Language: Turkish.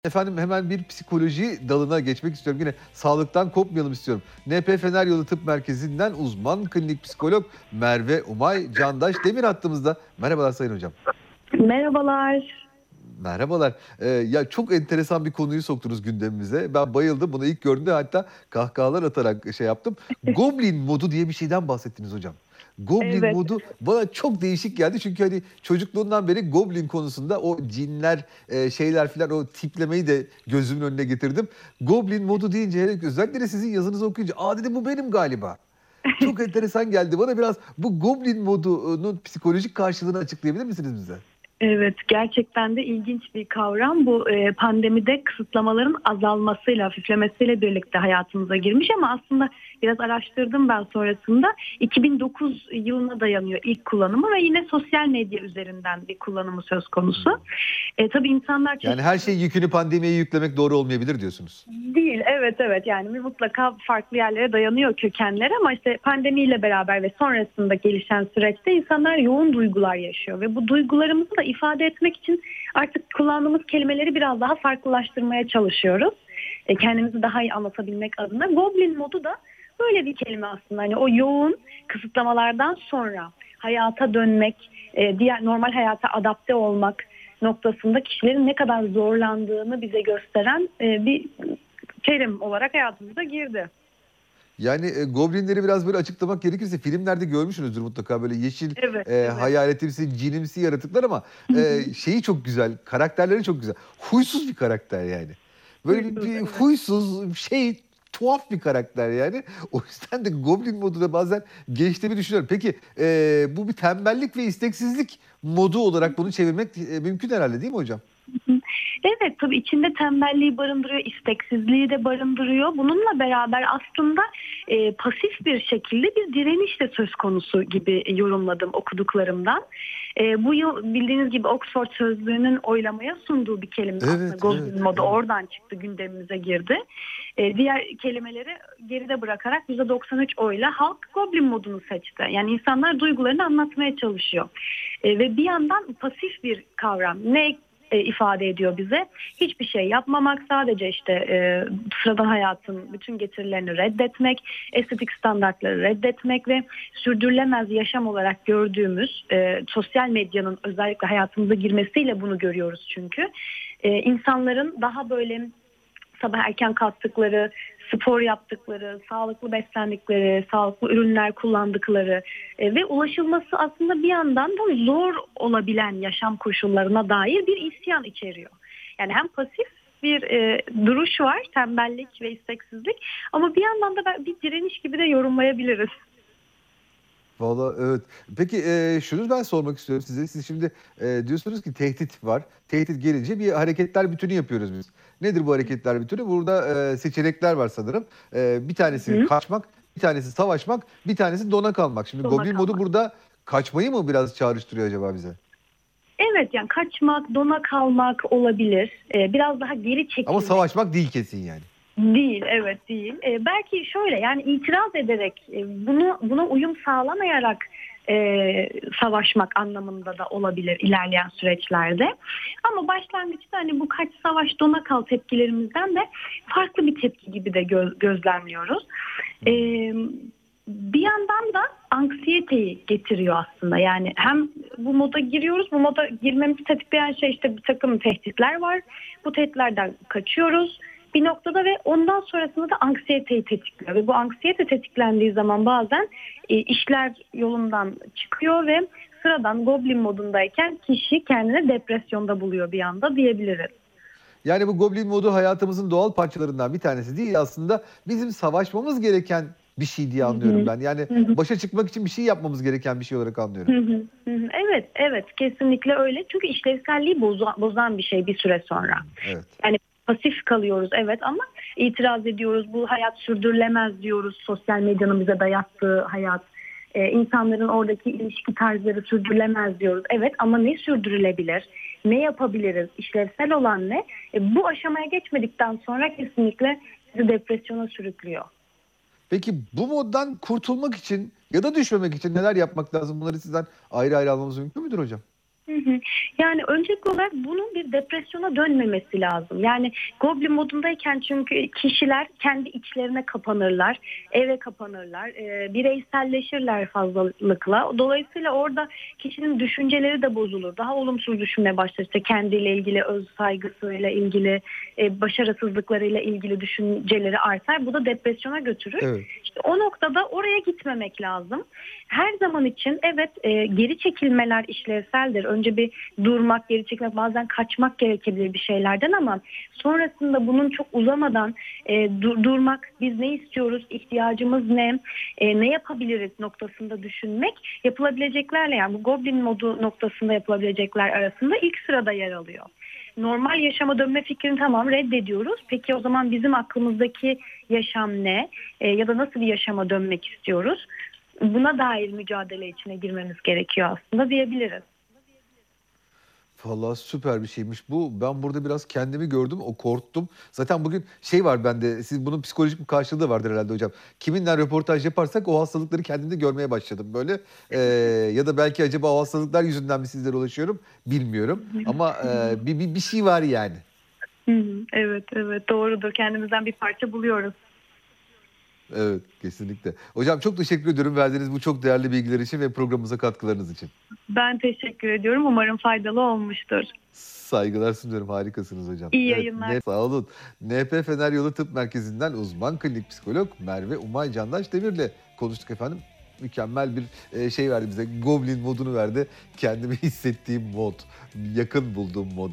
Efendim hemen bir psikoloji dalına geçmek istiyorum. Yine sağlıktan kopmayalım istiyorum. NP Fener Yolu Tıp Merkezi'nden uzman klinik psikolog Merve Umay Candaş Demir hattımızda. Merhabalar Sayın Hocam. Merhabalar. Merhabalar. Ya çok enteresan bir konuyu soktunuz gündemimize. Ben bayıldım. Bunu ilk gördüğümde hatta kahkahalar atarak şey yaptım. Goblin modu diye bir şeyden bahsettiniz hocam. Goblin Evet, modu bana çok değişik geldi. Çünkü hani çocukluğumdan beri Goblin konusunda o cinler, şeyler filan o tiplemeyi de gözümün önüne getirdim. Goblin modu deyince özellikle de sizin yazınızı okuyunca dedim bu benim galiba. Çok enteresan geldi. Bana biraz bu Goblin modunun psikolojik karşılığını açıklayabilir misiniz bize? evet, gerçekten de ilginç bir kavram. Bu pandemide kısıtlamaların azalmasıyla, hafiflemesiyle birlikte hayatımıza girmiş ama aslında biraz araştırdım ben sonrasında. 2009 yılına dayanıyor ilk kullanımı ve yine sosyal medya üzerinden bir kullanımı söz konusu. Tabii insanlar Yani her şey yükünü pandemiye yüklemek doğru olmayabilir diyorsunuz. değil, evet yani mutlaka farklı yerlere dayanıyor kökenler ama işte pandemiyle beraber ve sonrasında gelişen süreçte insanlar yoğun duygular yaşıyor ve bu duygularımızı da ifade etmek için artık kullandığımız kelimeleri biraz daha farklılaştırmaya çalışıyoruz. Kendimizi daha iyi anlatabilmek adına. Goblin modu da böyle bir kelime aslında. Hani o yoğun kısıtlamalardan sonra hayata dönmek, diğer normal hayata adapte olmak noktasında kişilerin ne kadar zorlandığını bize gösteren bir terim olarak hayatımıza girdi. Yani goblinleri biraz böyle açıklamak gerekirse filmlerde görmüşsünüzdür mutlaka böyle yeşil Evet. hayaletimsi, cinimsi yaratıklar ama Hı hı. şeyi çok güzel, karakterleri çok güzel. Huysuz bir karakter yani. Böyle Huysuz, bir evet. huysuz şey tuhaf bir karakter yani. O yüzden de Goblin moduna bazen geçtiğimi düşünüyorum. Peki bu bir tembellik ve isteksizlik modu olarak bunu çevirmek mümkün herhalde değil mi hocam? Evet, tabii içinde tembelliği barındırıyor, isteksizliği de barındırıyor. Bununla beraber aslında pasif bir şekilde bir direniş de söz konusu gibi yorumladım okuduklarımdan. Bu yıl bildiğiniz gibi Oxford Sözlüğü'nün oylamaya sunduğu bir kelime aslında. Evet, evet, Goblin modu evet. oradan çıktı, gündemimize girdi. Diğer kelimeleri geride bırakarak %93 oyla halk Goblin modunu seçti. Yani insanlar duygularını anlatmaya çalışıyor. Ve bir yandan pasif bir kavram. Ne ifade ediyor bize? Hiçbir şey yapmamak, sadece işte sıradan hayatın bütün getirilerini reddetmek, estetik standartları reddetmek ve sürdürülemez yaşam olarak gördüğümüz sosyal medyanın özellikle hayatımıza girmesiyle bunu görüyoruz çünkü. İnsanların daha böyle sabah erken kalktıkları, spor yaptıkları, sağlıklı beslendikleri, sağlıklı ürünler kullandıkları ve ulaşılması aslında bir yandan da zor olabilen yaşam koşullarına dair bir isyan içeriyor. Yani hem pasif bir duruş var, tembellik ve isteksizlik ama bir yandan da bir direniş gibi de yorumlayabiliriz. Valla evet. Peki şunu ben sormak istiyorum size. Siz şimdi diyorsunuz ki tehdit var. Tehdit gelince bir hareketler bütünü yapıyoruz biz. Nedir bu hareketler bütünü? Burada seçenekler var sanırım. Bir tanesi Hı, kaçmak, bir tanesi savaşmak, bir tanesi dona kalmak. Şimdi sona Goblin modu kalmak. burada kaçmayı mı biraz çağrıştırıyor acaba bize? Evet, yani kaçmak, dona kalmak olabilir. Biraz daha geri Ama çekilmek. savaşmak değil kesin yani. Değil, evet değil. Belki şöyle yani itiraz ederek buna uyum sağlamayarak savaşmak anlamında da olabilir ilerleyen süreçlerde. Ama başlangıçta hani bu kaç savaş dona kal tepkilerimizden de farklı bir tepki gibi de gözlemliyoruz. E, Hmm. Bir yandan da anksiyeteyi getiriyor aslında. Yani hem bu moda giriyoruz, bu moda girmemizi tetikleyen şey işte bir takım tehditler var. Bu tehditlerden kaçıyoruz bir noktada ve ondan sonrasında da anksiyeteyi tetikliyor. Ve bu anksiyete tetiklendiği zaman bazen işler yolundan çıkıyor ve sıradan Goblin modundayken kişi kendini depresyonda buluyor bir anda diyebiliriz. Yani bu Goblin modu hayatımızın doğal parçalarından bir tanesi değil aslında bizim savaşmamız gereken bir şey diye Hı anlıyorum hı. ben. Yani Hı hı. başa çıkmak için bir şey yapmamız gereken bir şey olarak Hı anlıyorum. hı. Hı hı. Evet, kesinlikle öyle. Çünkü işlevselliği bozan bir şey bir süre sonra. Evet. Yani pasif kalıyoruz evet ama itiraz ediyoruz. Bu hayat sürdürülemez diyoruz. Sosyal medyanın bize dayattığı hayat. İnsanların oradaki ilişki tarzları sürdürülemez diyoruz. Evet ama ne sürdürülebilir? Ne yapabiliriz? İşlevsel olan ne? Bu aşamaya geçmedikten sonra kesinlikle bizi depresyona sürüklüyor. Peki bu moddan kurtulmak için ya da düşmemek için neler yapmak lazım? Bunları sizden ayrı ayrı almamız mümkün müdür hocam? hı. Yani öncelikli olarak bunun bir depresyona dönmemesi lazım. Yani Goblin modundayken çünkü kişiler kendi içlerine kapanırlar, eve kapanırlar, bireyselleşirler fazlalıkla. Dolayısıyla orada kişinin düşünceleri de bozulur. Daha olumsuz düşünmeye başlar. İşte kendiyle ilgili, öz saygısıyla ilgili, başarısızlıklarıyla ilgili düşünceleri artar. Bu da depresyona götürür. Evet. İşte o noktada oraya gitmemek lazım. Her zaman için evet, geri çekilmeler işlevseldir. Önce bir durmak, geri çekilmek, bazen kaçmak gerekebilir bir şeylerden ama sonrasında bunun çok uzamadan durmak, biz ne istiyoruz, ihtiyacımız ne, ne yapabiliriz noktasında düşünmek yapılabileceklerle, yani bu Goblin modu noktasında yapılabilecekler arasında ilk sırada yer alıyor. Normal yaşama dönme fikrini tamam reddediyoruz. Peki o zaman bizim aklımızdaki yaşam ne? Ya da nasıl bir yaşama dönmek istiyoruz? Buna dair mücadele içine girmemiz gerekiyor aslında diyebiliriz. Vallahi süper bir şeymiş bu. Ben burada biraz kendimi gördüm, o korktum. Zaten bugün şey var bende, siz bunun psikolojik bir karşılığı da vardır herhalde hocam. Kiminle röportaj yaparsak o hastalıkları kendimde görmeye başladım böyle. Ya da belki acaba o hastalıklar yüzünden mi sizlere ulaşıyorum bilmiyorum. Ama bir şey var yani. Hı hı. Evet, evet, doğrudur. Kendimizden bir parça buluyoruz. Evet, kesinlikle. Hocam çok teşekkür ediyorum verdiğiniz bu çok değerli bilgiler için ve programımıza katkılarınız için. Ben teşekkür ediyorum. Umarım faydalı olmuştur. Saygılar sunuyorum. Harikasınız hocam. İyi Evet, yayınlar. sağ olun. NP Fener Yolu Tıp Merkezi'nden uzman klinik psikolog Merve Umay Candaş Demir'le konuştuk efendim. Mükemmel bir şey verdi bize. Goblin modunu verdi. Kendimi hissettiğim mod. Yakın bulduğum mod.